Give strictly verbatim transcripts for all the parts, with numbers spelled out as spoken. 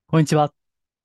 こんにちは。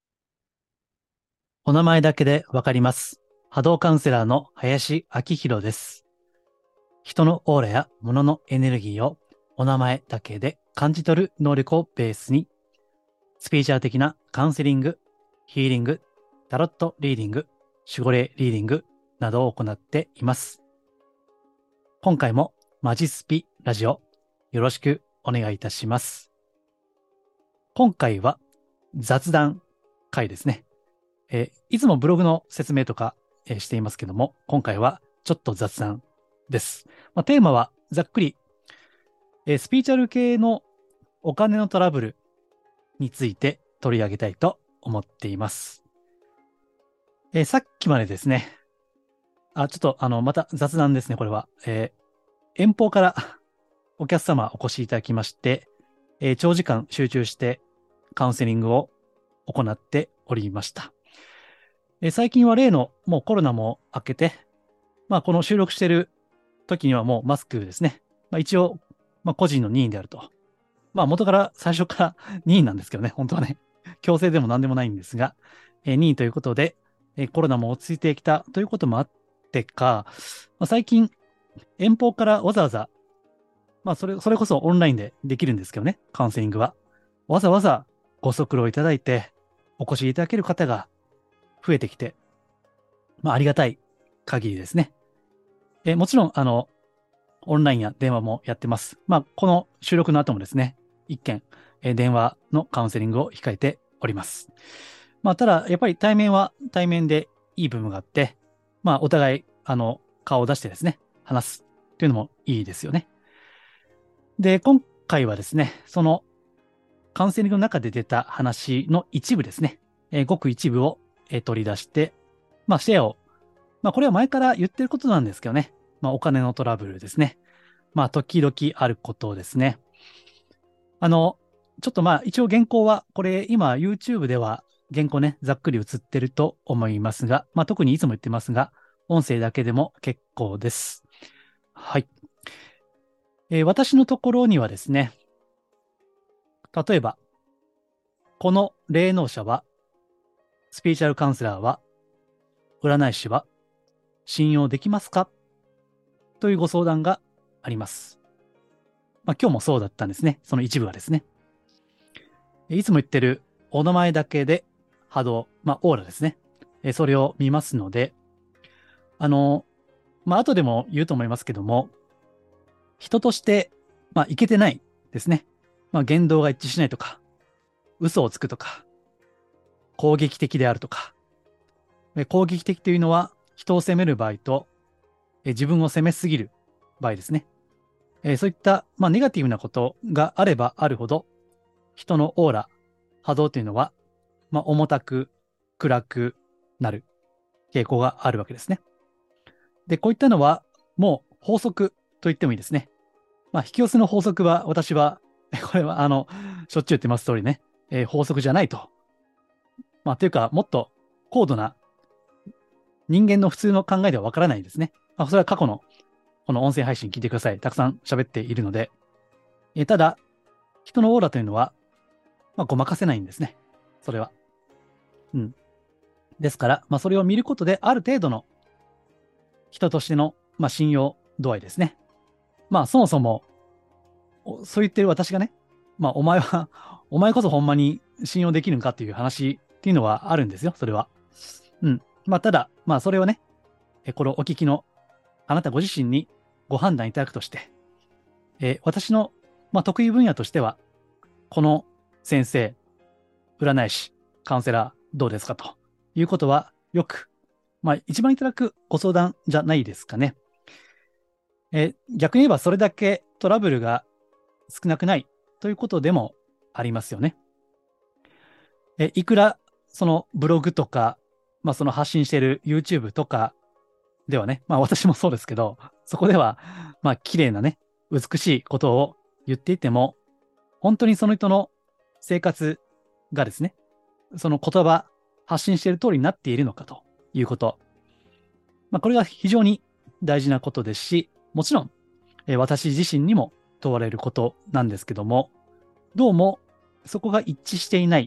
お名前だけでわかります。波動カウンセラーの林明宏です。人のオーラや物のエネルギーをお名前だけで感じ取る能力をベースに、スピーチャー的なカウンセリング、ヒーリング、タロットリーディング、守護霊リーディングなどを行っています。今回もマジスピラジオよろしくお願いいたします。今回は雑談会ですね。えーいつもブログの説明とか、えーしていますけども、今回はちょっと雑談です。まあ、テーマはざっくり、えースピーチャル系のお金のトラブルについて取り上げたいと思っています。えーさっきまでですね、あ、ちょっとあの、また雑談ですね、これは。えー遠方からお客様お越しいただきまして、えー長時間集中してカウンセリングを行っておりました。えー最近は例のもうコロナも明けて、まあ、この収録している時にはもうマスクですね。まあ、一応、まあ、個人の任意であると。まあ、元から最初から任意なんですけどね、本当はね。強制でも何でもないんですが、えー任意ということで、えーコロナも落ち着いてきたということもあってか、まあ、最近、遠方からわざわざ、まあ、それ、それこそオンラインでできるんですけどね、カウンセリングは。わざわざご足労いただいて、お越しいただける方が増えてきて、まあ、ありがたい限りですね。えーもちろん、あの、オンラインや電話もやってます。まあ、この収録の後もですね、一件、えー電話のカウンセリングを控えております。まあ、ただ、やっぱり対面は対面でいい部分があって、まあ、お互い、あの、顔を出してですね、話すというのもいいですよね。で、今回はですね、そのカウンセリングの中で出た話の一部ですね、えーごく一部を、えー取り出して、まあ、シェアを、まあ、これは前から言ってることなんですけどね、まあ、お金のトラブルですね。まあ、時々あることですね。あの、ちょっとまあ、一応原稿は、これ今 YouTube では原稿ね、ざっくり映ってると思いますが、まあ特にいつも言ってますが、音声だけでも結構です。はい。えー私のところにはですね、例えば、この霊能者は、スピーチャルカウンセラーは、占い師は信用できますかというご相談があります。まあ今日もそうだったんですね。その一部はですね。いつも言ってるお名前だけで波動、まあオーラですね。えそれを見ますので、あの、まあ後でも言うと思いますけども、人として、まあいけてないですね。まあ言動が一致しないとか、嘘をつくとか、攻撃的であるとか、え攻撃的というのは人を責める場合と、え自分を責めすぎる場合ですね。えそういった、まあ、ネガティブなことがあればあるほど、人のオーラ、波動というのは、まあ、重たく、暗くなる傾向があるわけですね。で、こういったのは、もう法則と言ってもいいですね。まあ、引き寄せの法則は、私は、これは、あの、しょっちゅう言ってます通りね、えー法則じゃないと。まあ、というか、もっと高度な人間の普通の考えではわからないですね。まあ、それは過去のこの音声配信聞いてください。たくさん喋っているので。えーただ、人のオーラというのは、まあ、ごまかせないんですね。それは。うん。ですから、まあ、それを見ることで、ある程度の人としての、まあ、信用度合いですね。まあ、そもそも、そう言ってる私がね、まあ、お前はお前こそほんまに信用できるんかっていう話っていうのはあるんですよ、それは。うん。まあ、ただ、まあ、それをね、えこれをお聞きのあなたご自身にご判断いただくとして、えー私の、まあ、得意分野としては、この先生、占い師、カウンセラー、どうですかということは、よく、まあ、一番いただくご相談じゃないですかね。えー逆に言えば、それだけトラブルが少なくないということでもありますよね。え、いくら、そのブログとか、まあその発信している YouTube とかではね、まあ私もそうですけど、そこでは、まあ綺麗なね、美しいことを言っていても、本当にその人の生活がですね、その言葉、発信している通りになっているのかということ。まあこれが非常に大事なことですし、もちろん、えー私自身にも問われることなんですけども、どうもそこが一致していない。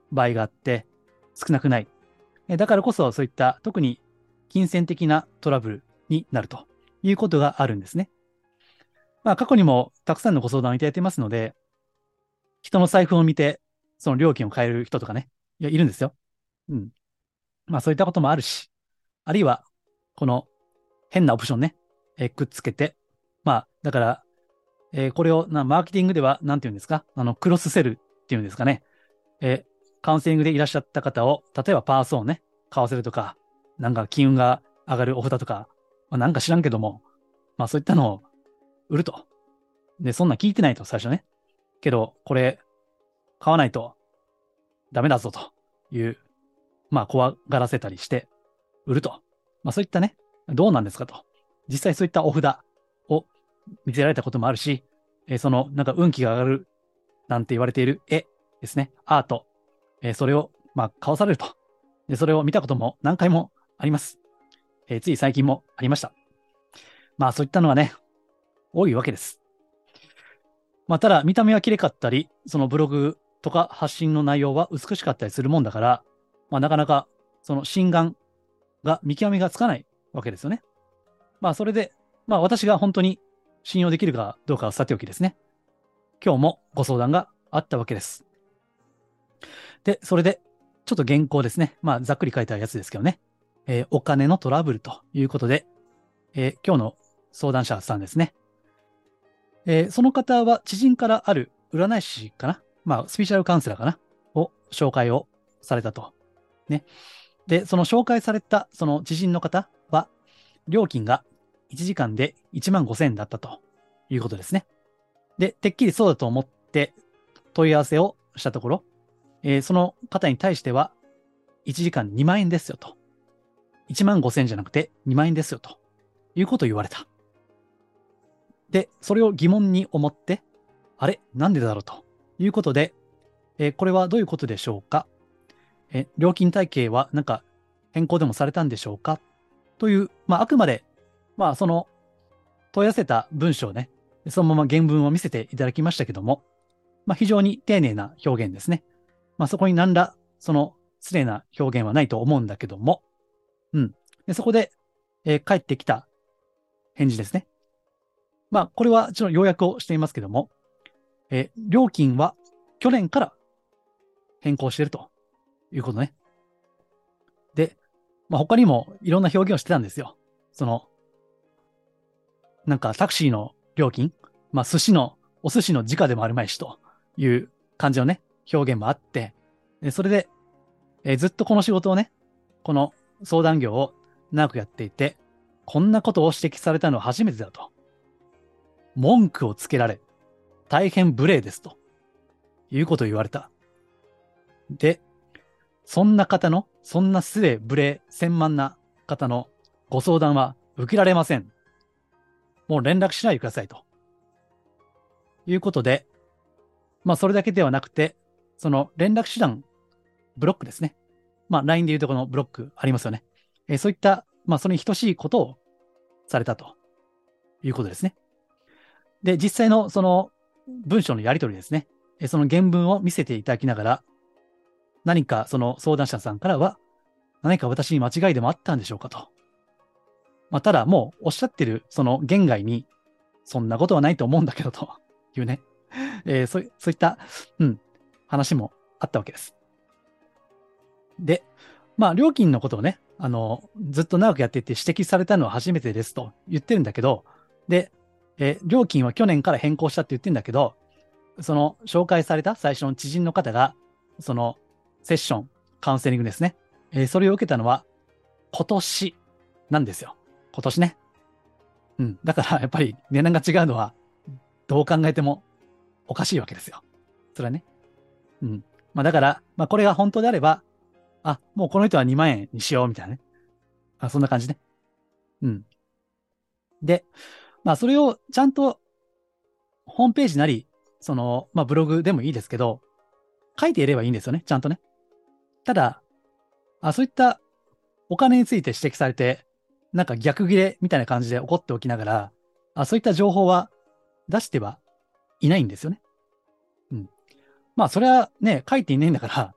場合があって、少なくない。えだからこそ、そういった特に金銭的なトラブルになるということがあるんですね。まあ、過去にもたくさんのご相談をいただいていますので、人の財布を見て、その料金を変える人とかね、いや、いるんですよ。うん。まあ、そういったこともあるし、あるいは、この変なオプションね、えーくっつけて、まあ、だから、えーこれをな、マーケティングでは、なんていうんですか、あの、クロスセルっていうんですかね。えーカウンセリングでいらっしゃった方を、例えばパーソンをね、買わせるとか、なんか金運が上がるお札とか、まあ、なんか知らんけども、まあそういったのを売ると。で、そんなん聞いてないと、最初ね。けど、これ、買わないとダメだぞという、まあ怖がらせたりして売ると。まあそういったね、どうなんですかと。実際そういったお札を見せられたこともあるし、えーそのなんか運気が上がるなんて言われている絵ですね、アート、えーそれをまあ買わされると。で、それを見たことも何回もあります。えーつい最近もありました。まあそういったのはね、多いわけです。まあただ見た目は綺麗かったり、そのブログとか発信の内容は美しかったりするもんだから、まあなかなかその心眼が見極めがつかないわけですよね。まあそれで、まあ私が本当に信用できるかどうかはさておきですね。今日もご相談があったわけです。で、それで、ちょっと原稿ですね。まあざっくり書いたやつですけどね。えーお金のトラブルということで、えー今日の相談者さんですね。えーその方は知人からある占い師かな、まあスピーチャルカウンセラーかなを紹介をされたと。ね。で、その紹介されたその知人の方は、料金がいちじかんでいちまんごせんえんだったということですね。で、てっきりそうだと思って問い合わせをしたところ、えーその方に対してはいちじかんにまん円ですよと。いちまんごせんえんじゃなくてにまん円ですよということを言われた。で、それを疑問に思って、あれなんでだろうということで、えーこれはどういうことでしょうか、えー料金体系はなんか変更でもされたんでしょうかという、まあ、あくまで、まあ、その問い合わせた文章をね、そのまま原文を見せていただきましたけども、まあ、非常に丁寧な表現ですね。まあ、そこに何ら、その失礼な表現はないと思うんだけども、うん。でそこで、えー返ってきた返事ですね。まあ、これはちょっと要約をしていますけども、えー料金は去年から変更しているということね。で、まあ、他にもいろんな表現をしてたんですよ。その、なんかタクシーの料金、まあ、寿司の、お寿司の時価でもあるまいしという感じのね、表現もあって、でそれで、えーずっとこの仕事をね、この相談業を長くやっていて、こんなことを指摘されたのは初めてだと。文句をつけられ、大変無礼ですということを言われた。で、そんな方の、そんな失礼、無礼、千万な方のご相談は受けられません。もう連絡しないでくださいということで、まあそれだけではなくて、その連絡手段、ブロックですね。まあ ライン でいうとこのブロックありますよね。えーそういった、まあそれに等しいことをされたということですね。で、実際のその文章のやり取りですね。えーその原文を見せていただきながら、何かその相談者さんからは、何か私に間違いでもあったんでしょうかと。まあ、ただもうおっしゃってるその言外に、そんなことはないと思うんだけどというね、えー、そう、そういった、うん、話もあったわけです。で、まあ、料金のことをね、あの、ずっと長くやっていて指摘されたのは初めてですと言ってるんだけど、で、えー料金は去年から変更したって言ってるんだけど、その紹介された最初の知人の方が、そのセッション、カウンセリングですね。えーそれを受けたのは今年なんですよ。今年ね。うん。だからやっぱり値段が違うのはどう考えてもおかしいわけですよ。それはね。うん。まあだから、まあこれが本当であれば、あ、もうこの人はにまん円にしようみたいなね。あ、そんな感じね。うん。で、まあそれをちゃんとホームページなり、その、まあブログでもいいですけど、書いていればいいんですよね。ちゃんとね。ただ、あ、そういったお金について指摘されて、なんか逆ギレみたいな感じで怒っておきながら、あ、そういった情報は出してはいないんですよね。うん。まあ、それはね、書いていないんだから、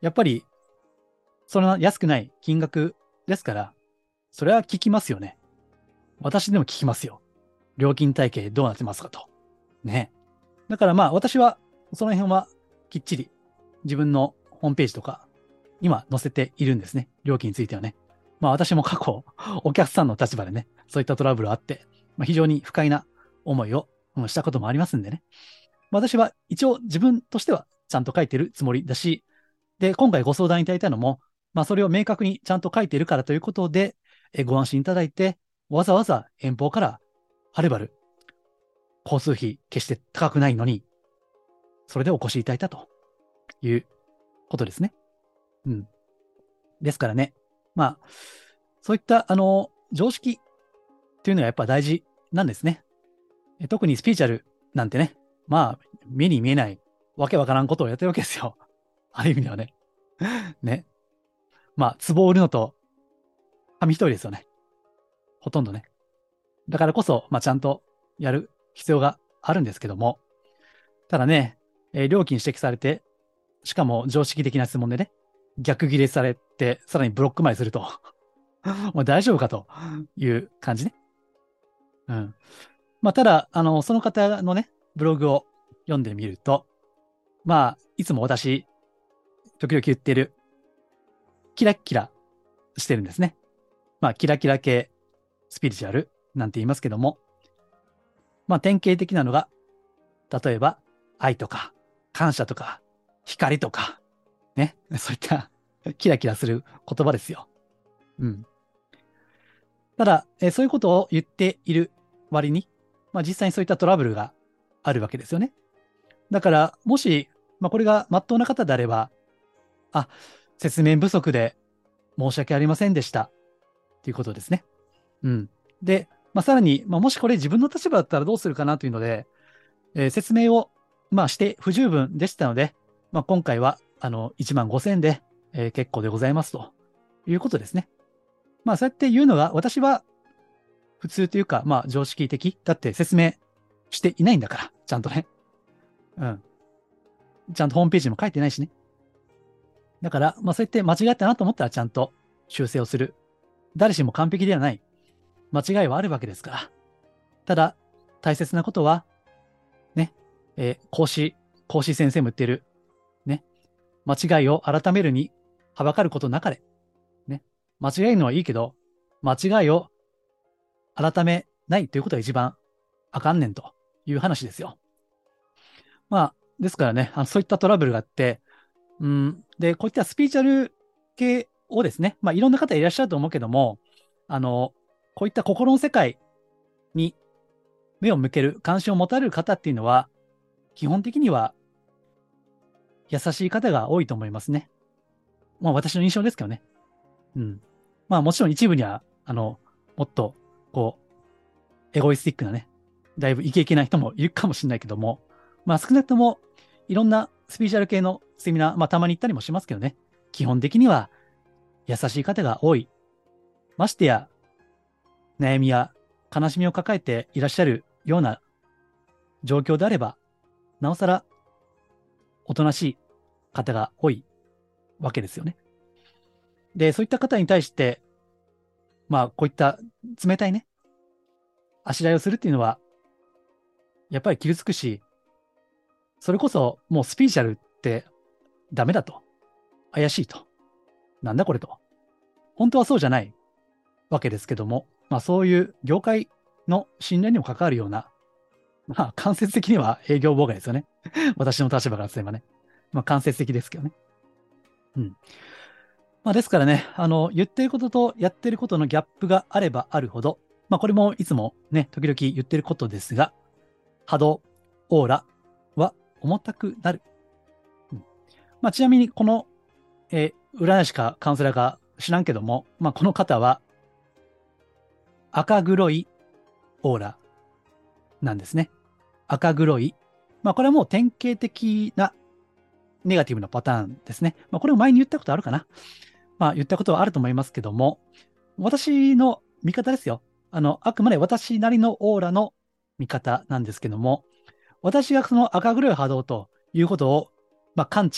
やっぱり、そんな安くない金額ですから、それは聞きますよね。私でも聞きますよ。料金体系どうなってますかと。ね。だからまあ私はその辺はきっちり自分のホームページとか今載せているんですね。料金についてはね。まあ私も過去お客さんの立場でね、そういったトラブルあって、まあ、非常に不快な思いをしたこともありますんでね。私は一応自分としてはちゃんと書いてるつもりだし、で、今回ご相談いただいたのも、まあそれを明確にちゃんと書いているからということで、えご安心いただいて、わざわざ遠方からはるばる交通費決して高くないのに、それでお越しいただいたということですね。うん。ですからね、まあ、そういった、あの、常識っていうのはやっぱ大事なんですね。特にスピーチャルなんてね、まあ、目に見えないわけわからんことをやってるわけですよ。ある意味ではね。ね。まあ、壺を売るのと紙一重ですよね。ほとんどね。だからこそ、まあ、ちゃんとやる必要があるんですけども、ただね、えー料金指摘されて、しかも常識的な質問でね、逆ギレされて、さらにブロックまですると、もう大丈夫かという感じね。うん。まあ、ただ、あの、その方のね、ブログを読んでみると、まあ、いつも私、時々言ってる、キラッキラしてるんですね。まあ、キラキラ系スピリチュアルなんて言いますけども、まあ、典型的なのが、例えば、愛とか、感謝とか、光とか、ね、そういったキラキラする言葉ですよ。うん。ただ、えーそういうことを言っている割に、まあ、実際にそういったトラブルがあるわけですよね。だから、もし、まあ、これが真っ当な方であれば、あ、説明不足で申し訳ありませんでした。ということですね。うん。で、まあ、さらに、まあ、もしこれ自分の立場だったらどうするかなというので、えー説明を、まあ、して不十分でしたので、まあ、今回は、あの、いちまんごせんえんで、えー結構でございますということですね。まあ、そうやって言うのが、私は普通というか、まあ、常識的。だって説明していないんだから、ちゃんとね。うん。ちゃんとホームページにも書いてないしね。だから、まあ、そうやって間違ったなと思ったらちゃんと修正をする。誰しも完璧ではない。間違いはあるわけですから。ただ、大切なことは、ね、えー講師、講師先生も言ってる。ね、間違いを改めるに、はばかることなかれ。ね、間違えるのはいいけど、間違いを改めないということが一番あかんねんという話ですよ。まあ、ですからね、あのそういったトラブルがあって、うん、で、こういったスピーチャル系をですね、まあ、いろんな方いらっしゃると思うけども、あの、こういった心の世界に目を向ける、関心を持たれる方っていうのは、基本的には優しい方が多いと思いますね。まあ、私の印象ですけどね。うん。まあ、もちろん一部には、あの、もっと、こう、エゴイスティックなね、だいぶイケイケな人もいるかもしれないけども、まあ、少なくとも、いろんなスピーチャル系のセミナー、まあ、たまに行ったりもしますけどね、基本的には優しい方が多い。ましてや、悩みや悲しみを抱えていらっしゃるような状況であれば、なおさらおとなしい方が多いわけですよね。で、そういった方に対して、まあ、こういった冷たいね、あしらいをするっていうのは、やっぱり傷つくし、それこそもうスピーチャルってダメだと。怪しいと。なんだこれと。本当はそうじゃないわけですけども、まあそういう業界の信頼にも関わるような、まあ間接的には営業妨害ですよね。私の立場からすればね。まあ間接的ですけどね。うん。まあですからね、あの、言ってることとやってることのギャップがあればあるほど、まあこれもいつもね、時々言ってることですが、波動、オーラは重たくなる。うん、まあちなみにこの、えー占い師かカウンセラーか知らんけども、まあこの方は赤黒いオーラなんですね。赤黒い。まあこれはもう典型的なネガティブなパターンですね。まあこれも前に言ったことあるかな。まあ言ったことはあると思いますけども、私の見方ですよ。あの、あくまで私なりのオーラの見方なんですけども、私がその赤黒い波動ということを、まあ、感知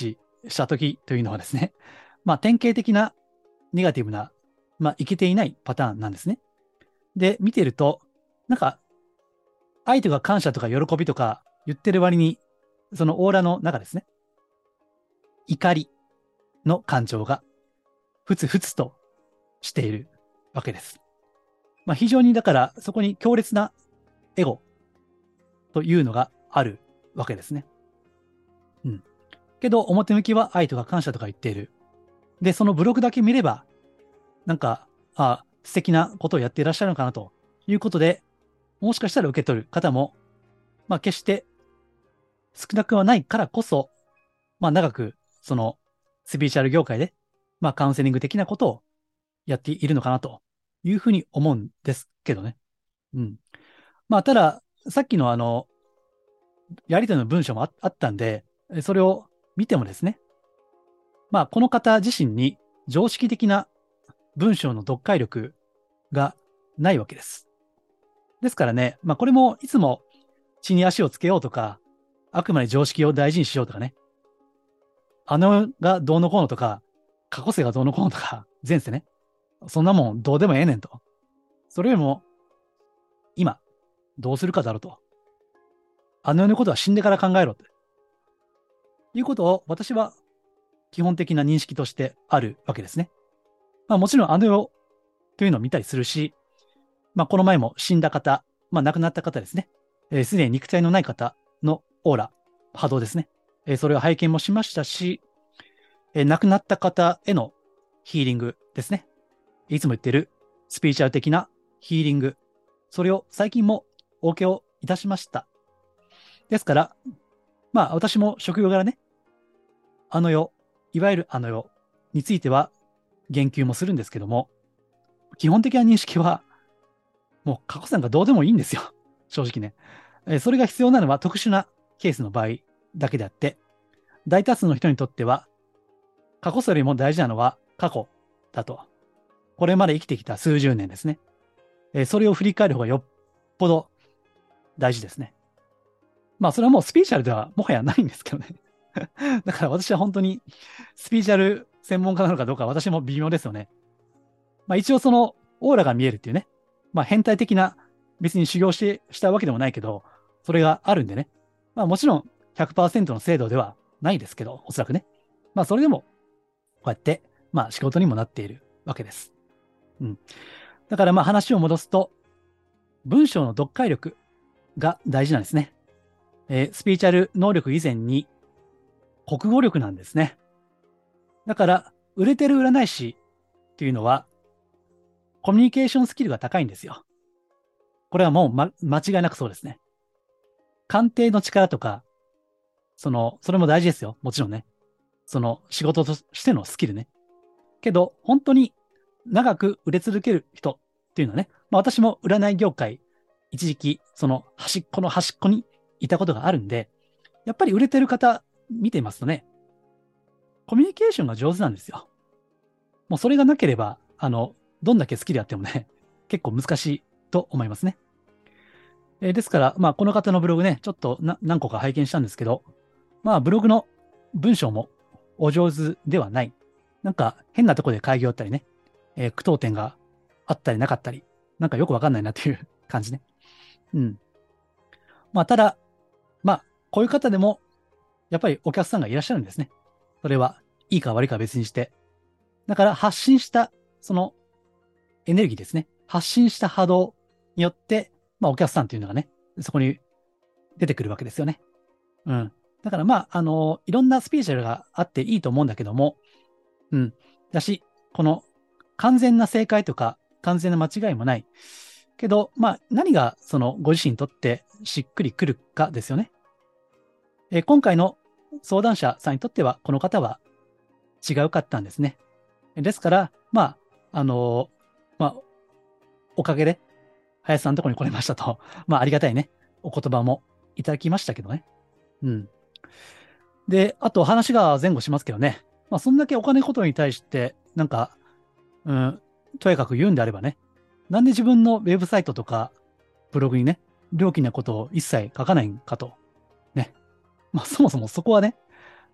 したときというのはですね、まあ、典型的なネガティブな、まあ、いけていないパターンなんですね。で、見てると、なんか、相手が感謝とか喜びとか言ってる割に、そのオーラの中ですね、怒りの感情がふつふつとしているわけです。まあ、非常にだからそこに強烈なエゴというのがあるわけですね。うん。けど表向きは愛とか感謝とか言っている。で、そのブログだけ見れば、なんか、あ、素敵なことをやっていらっしゃるのかなということで、もしかしたら受け取る方も、まあ決して少なくはないからこそ、まあ長くそのスピリチュアル業界で、まあカウンセリング的なことをやっているのかなというふうに思うんですけどね。うん。まあただ、さっきのあの、やりとりの文章もああったんで、それを見てもですね、まあこの方自身に常識的な文章の読解力がないわけです。ですからね、まあこれもいつも地に足をつけようとか、あくまで常識を大事にしようとかね、あのがどうのこうのとか、過去世がどうのこうのとか、前世ね、そんなもんどうでもええねんと。それよりも、今、どうするかだろうと。あの世のことは死んでから考えろということを私は基本的な認識としてあるわけですね。まあもちろんあの世というのを見たりするし、まあこの前も死んだ方、まあ亡くなった方ですね。す、えー、で、に肉体のない方のオーラ、波動ですね。えー、それを拝見もしましたし、えー、亡くなった方へのヒーリングですね。いつも言ってるスピリチュアル的なヒーリング。それを最近もお受けをいたしました。ですから、まあ私も職業柄ね、あの世、いわゆるあの世については言及もするんですけども、基本的な認識はもう過去さんがどうでもいいんですよ。正直ね。えそれが必要なのは特殊なケースの場合だけであって、大多数の人にとっては、過去よりも大事なのは過去だと。これまで生きてきた数十年ですね。えそれを振り返る方がよっぽど大事ですね。まあ、それはもうスピーチャルではもはやないんですけどね。だから私は本当にスピーチャル専門家なのかどうか私も微妙ですよね。まあ一応そのオーラが見えるっていうね。まあ変態的な別に修行してしたわけでもないけど、それがあるんでね。まあもちろんひゃくパーセントの精度ではないですけど、おそらくね。まあそれでもこうやってまあ仕事にもなっているわけです。うん。だからまあ話を戻すと、文章の読解力が大事なんですね。えースピーチャル能力以前に国語力なんですね。だから、売れてる占い師っていうのは、コミュニケーションスキルが高いんですよ。これはもう、ま、間違いなくそうですね。鑑定の力とか、その、それも大事ですよ。もちろんね。その仕事としてのスキルね。けど、本当に長く売れ続ける人っていうのはね、まあ私も占い業界、一時期、その端っこの端っこにいたことがあるんで、やっぱり売れてる方見てますとね、コミュニケーションが上手なんですよ。もうそれがなければ、あの、どんだけスキルやってもね、結構難しいと思いますね。えーですから、まあ、この方のブログね、ちょっとな何個か拝見したんですけど、まあ、ブログの文章もお上手ではない。なんか、変なとこで開業あったりね、えー句読点があったりなかったり、なんかよくわかんないなっていう感じね。うん。まあ、ただ、まあ、こういう方でも、やっぱりお客さんがいらっしゃるんですね。それは、いいか悪いかは別にして。だから、発信した、そのエネルギーですね。発信した波動によって、まあ、お客さんというのがね、そこに出てくるわけですよね。うん。だからまあ、あの、いろんなスピーチャルがあっていいと思うんだけども、うん。だし、この完全な正解とか完全な間違いもない。けど、まあ、何がそのご自身にとってしっくりくるかですよね。えー今回の相談者さんにとっては、この方は違うかったんですね。ですから、まあ、あのまあ、おかげで、林さんのところに来れましたと、まあ、ありがたいね、お言葉もいただきましたけどね。うん。で、あと話が前後しますけどね。まあ、そんだけお金ことに対して、なんか、うん、とやかく言うんであればね、なんで自分のウェブサイトとか、ブログにね、料金なことを一切書かないんかと。ね。まあ、そもそもそこはね、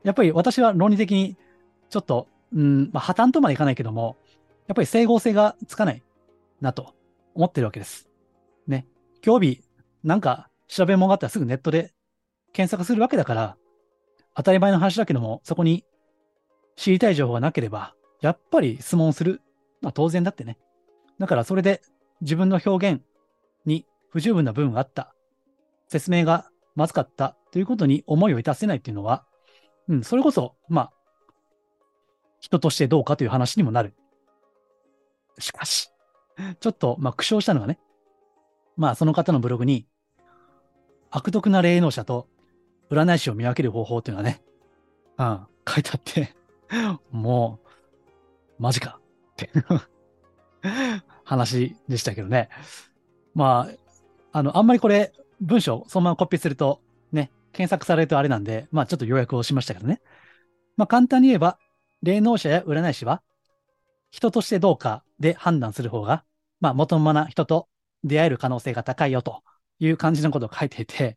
やっぱり私は論理的に、ちょっと、うん、まあ、破綻とまでいかないけども、やっぱり整合性がつかないなと思ってるわけです。ね。今日日、なんか調べ物があったらすぐネットで検索するわけだから、当たり前の話だけども、そこに知りたい情報がなければ、やっぱり質問する。まあ当然だってね。だからそれで自分の表現に不十分な部分があった。説明がまずかったということに思いを致せないっていうのは、うん、それこそ、まあ、人としてどうかという話にもなる。しかし、ちょっと、まあ、苦笑したのがね、まあ、その方のブログに、悪徳な霊能者と占い師を見分ける方法っていうのはね、うん、書いてあってもう、マジかって話でしたけどね。まあ、あの、あんまりこれ、文章そのままコピーすると、ね、検索されるとあれなんで、まあちょっと要約をしましたけどね。まあ簡単に言えば、霊能者や占い師は、人としてどうかで判断する方が、まあ元々な人と出会える可能性が高いよという感じのことを書いていて、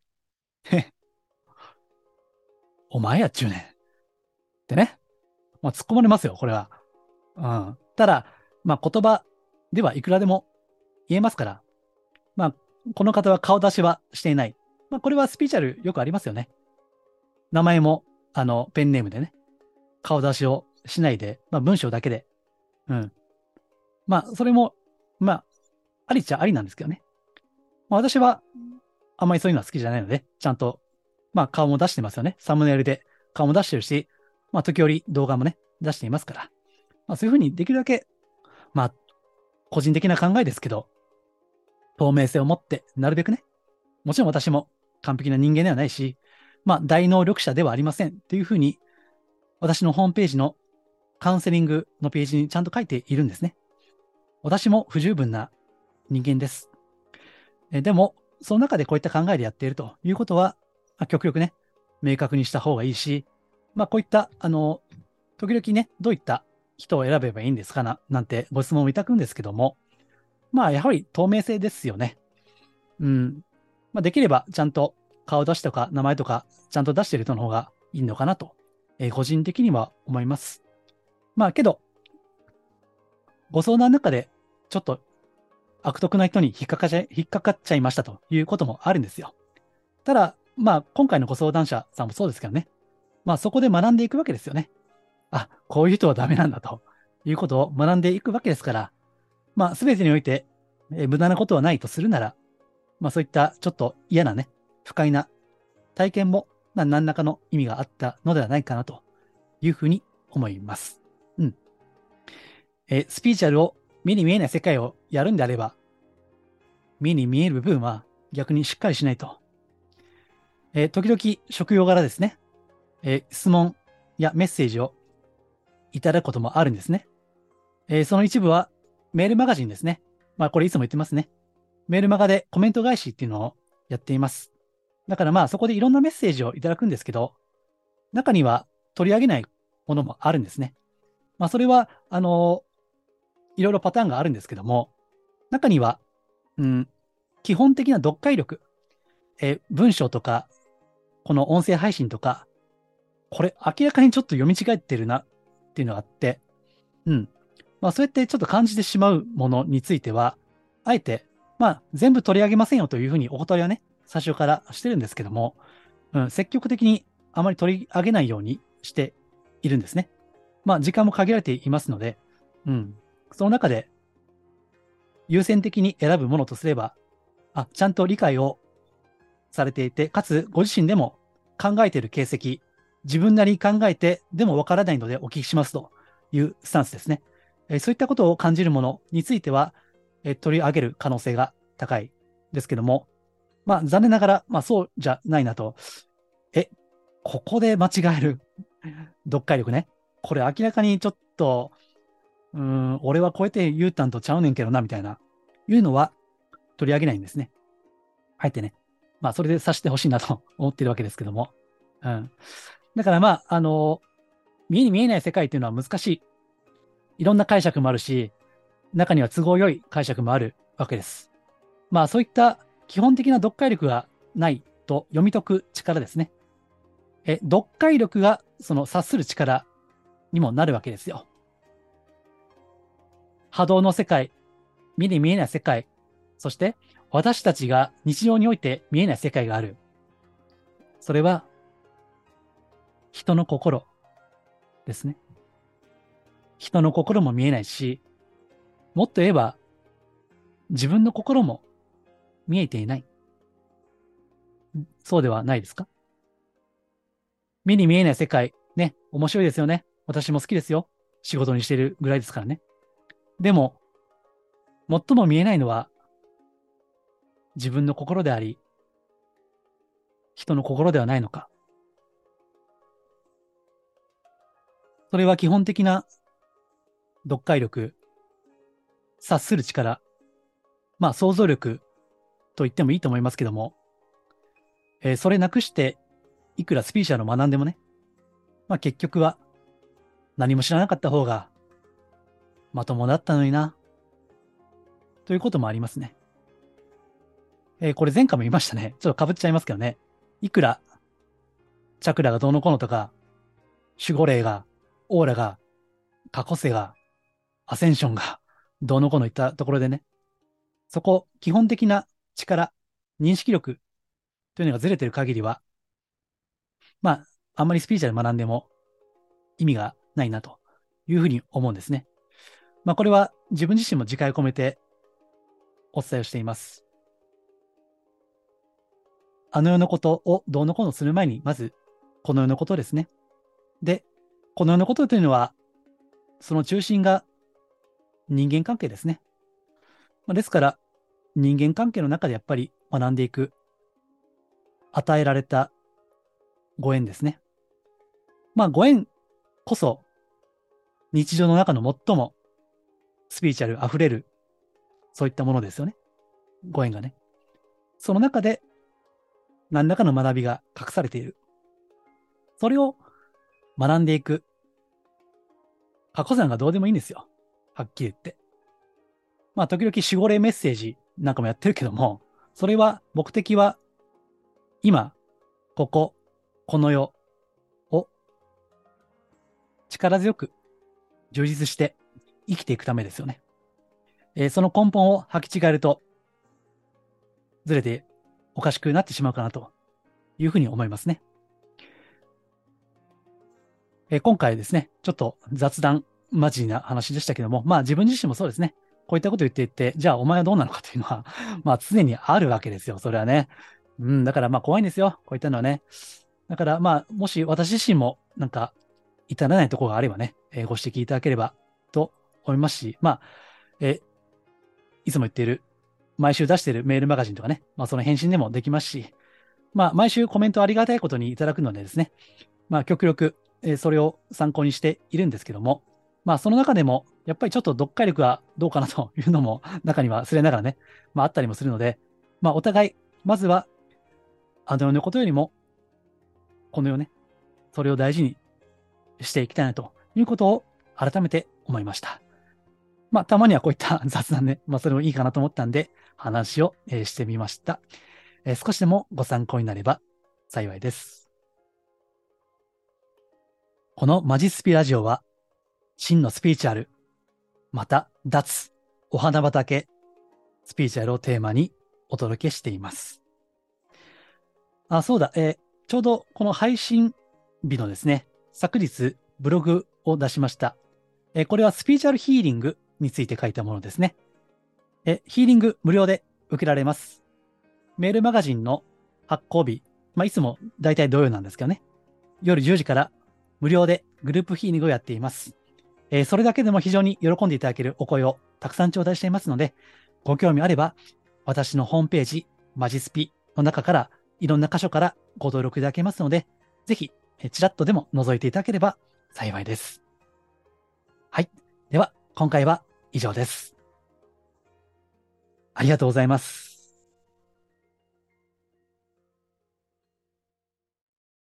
お前やっちゅうねんってね、まあ突っ込まれますよ、これは。うん。ただ、まあ言葉ではいくらでも言えますから、まあ、この方は顔出しはしていない。まあ、これはスピーチャルよくありますよね。名前も、あの、ペンネームでね、顔出しをしないで、まあ、文章だけで。うん。まあ、それも、まあ、ありっちゃありなんですけどね。まあ、私は、あんまりそういうのは好きじゃないので、ちゃんと、まあ、顔も出してますよね。サムネイルで顔も出してるし、まあ、時折動画もね、出していますから。まあ、そういうふうにできるだけ、まあ、個人的な考えですけど、透明性を持って、なるべくね、もちろん私も完璧な人間ではないし、まあ、大能力者ではありませんっていうふうに、私のホームページのカウンセリングのページにちゃんと書いているんですね。私も不十分な人間です。えでも、その中でこういった考えでやっているということは、まあ、極力ね、明確にした方がいいし、まあ、こういった、あの、時々ね、どういった人を選べばいいんですかな、なんてご質問をいただくんですけども、まあ、やはり透明性ですよね。うん。まあ、できれば、ちゃんと顔出しとか名前とか、ちゃんと出している人の方がいいのかなと、えー個人的には思います。まあ、けど、ご相談の中で、ちょっと悪徳な人に引っかかっちゃい、引っかかっちゃいましたということもあるんですよ。ただ、まあ、今回のご相談者さんもそうですけどね。まあ、そこで学んでいくわけですよね。あ、こういう人はダメなんだということを学んでいくわけですから、まあ、すべてにおいて、えー無駄なことはないとするなら、まあ、そういったちょっと嫌なね、不快な体験も、まあ、何らかの意味があったのではないかなというふうに思います。うん。えースピーチュアルを目に見えない世界をやるんであれば、目に見える部分は逆にしっかりしないと。えー時々職業柄ですね、えー質問やメッセージをいただくこともあるんですね。えーその一部はメールマガジンですね。まあこれいつも言ってますね。メールマガでコメント返しっていうのをやっています。だからまあそこでいろんなメッセージをいただくんですけど、中には取り上げないものもあるんですね。まあそれは、あのいろいろパターンがあるんですけども、中には、うん、基本的な読解力、えー文章とか、この音声配信とか、これ明らかにちょっと読み違えてるなっていうのがあって、うん。まあそうやってちょっと感じてしまうものについては、あえて、まあ全部取り上げませんよというふうにお断りはね、最初からしてるんですけども、うん、積極的にあまり取り上げないようにしているんですね。まあ時間も限られていますので、うん。その中で優先的に選ぶものとすれば、あ、ちゃんと理解をされていて、かつご自身でも考えている形跡、自分なりに考えて、でもわからないのでお聞きしますというスタンスですね。えーそういったことを感じるものについては、えー取り上げる可能性が高いですけども、まあ残念ながら、まあそうじゃないなと。え、ここで間違える読解力ね。これ明らかにちょっと、うーん、俺は超えて言うたんとちゃうねんけどな、みたいな、いうのは取り上げないんですね。あえてね。まあ、それでさしてほしいなと思ってるわけですけども。うん。だからまあ、あの、見えに見えない世界っていうのは難しい。いろんな解釈もあるし、中には都合良い解釈もあるわけです。まあ、そういった基本的な読解力がないと読み解く力ですね。え、読解力がその察する力にもなるわけですよ。波動の世界、目に見えない世界、そして私たちが日常において見えない世界がある。それは人の心ですね。人の心も見えないし、もっと言えば自分の心も見えていない。そうではないですか？目に見えない世界、ね、面白いですよね。私も好きですよ。仕事にしているぐらいですからね。でも、最も見えないのは自分の心であり、人の心ではないのか。それは基本的な読解力、察する力、まあ想像力と言ってもいいと思いますけども、えーそれなくしていくらスピーチャルを学んでもね、まあ結局は何も知らなかった方がまともだったのにな、ということもありますね。えーこれ前回も言いましたね。ちょっと被っちゃいますけどね。いくらチャクラがどうのこうのとか、守護霊が、オーラが、過去世が、アセンションが、どうのこうのいったところでね、そこ、基本的な力、認識力というのがずれてる限りは、まあ、あんまりスピーチャル学んでも意味がないなというふうに思うんですね。まあ、これは自分自身も自戒を込めてお伝えをしています。あの世のことをどうのこうのする前に、まず、この世のことですね。で、この世のことというのは、その中心が人間関係ですね。まあ、ですから、人間関係の中でやっぱり学んでいく、与えられたご縁ですね。まあ、ご縁こそ、日常の中の最もスピーチャル溢れる、そういったものですよね。ご縁がね。その中で、何らかの学びが隠されている。それを学んでいく。過去算がどうでもいいんですよ。はっきり言って。まあ、時々守護霊メッセージなんかもやってるけども、それは目的は、今、ここ、この世を力強く充実して生きていくためですよね。えーその根本を履き違えると、ずれておかしくなってしまうかなというふうに思いますね。えー今回ですね、ちょっと雑談マジな話でしたけども、まあ自分自身もそうですね。こういったこと言っていって、じゃあお前はどうなのかというのは、まあ常にあるわけですよ。それはね。うん、だからまあ怖いんですよ。こういったのはね。だからまあ、もし私自身もなんか至らないところがあればね、えーご指摘いただければと思いますし、まあ、えーいつも言っている、毎週出しているメールマガジンとかね、まあその返信でもできますし、まあ毎週コメントありがたいことにいただくのでですね、まあ極力、えーそれを参考にしているんですけども、まあその中でも、やっぱりちょっと読解力はどうかなというのも中には忘れながらね、まああったりもするので、まあお互い、まずはあの世のことよりも、この世ね、それを大事にしていきたいなということを改めて思いました。まあ、たまにはこういった雑談ね、まあ、それもいいかなと思ったんで、話を、えーしてみました、えー少しでもご参考になれば幸いです。このマジスピラジオは、真のスピーチュアル、また脱、お花畑、スピーチュアルをテーマにお届けしています。あ、そうだ、えーちょうどこの配信日のですね、昨日ブログを出しました。えーこれはスピーチュアルヒーリングについて書いたものですね。え、ヒーリング無料で受けられます。メールマガジンの発行日、まあ、いつもだいたい土曜なんですけどね、夜じゅうじから無料でグループヒーリングをやっています。えーそれだけでも非常に喜んでいただけるお声をたくさん頂戴していますので、ご興味あれば、私のホームページ、マジスピの中からいろんな箇所からご登録いただけますので、ぜひ、えちらっとでも覗いていただければ幸いです。はい。では、今回は以上です。ありがとうございます。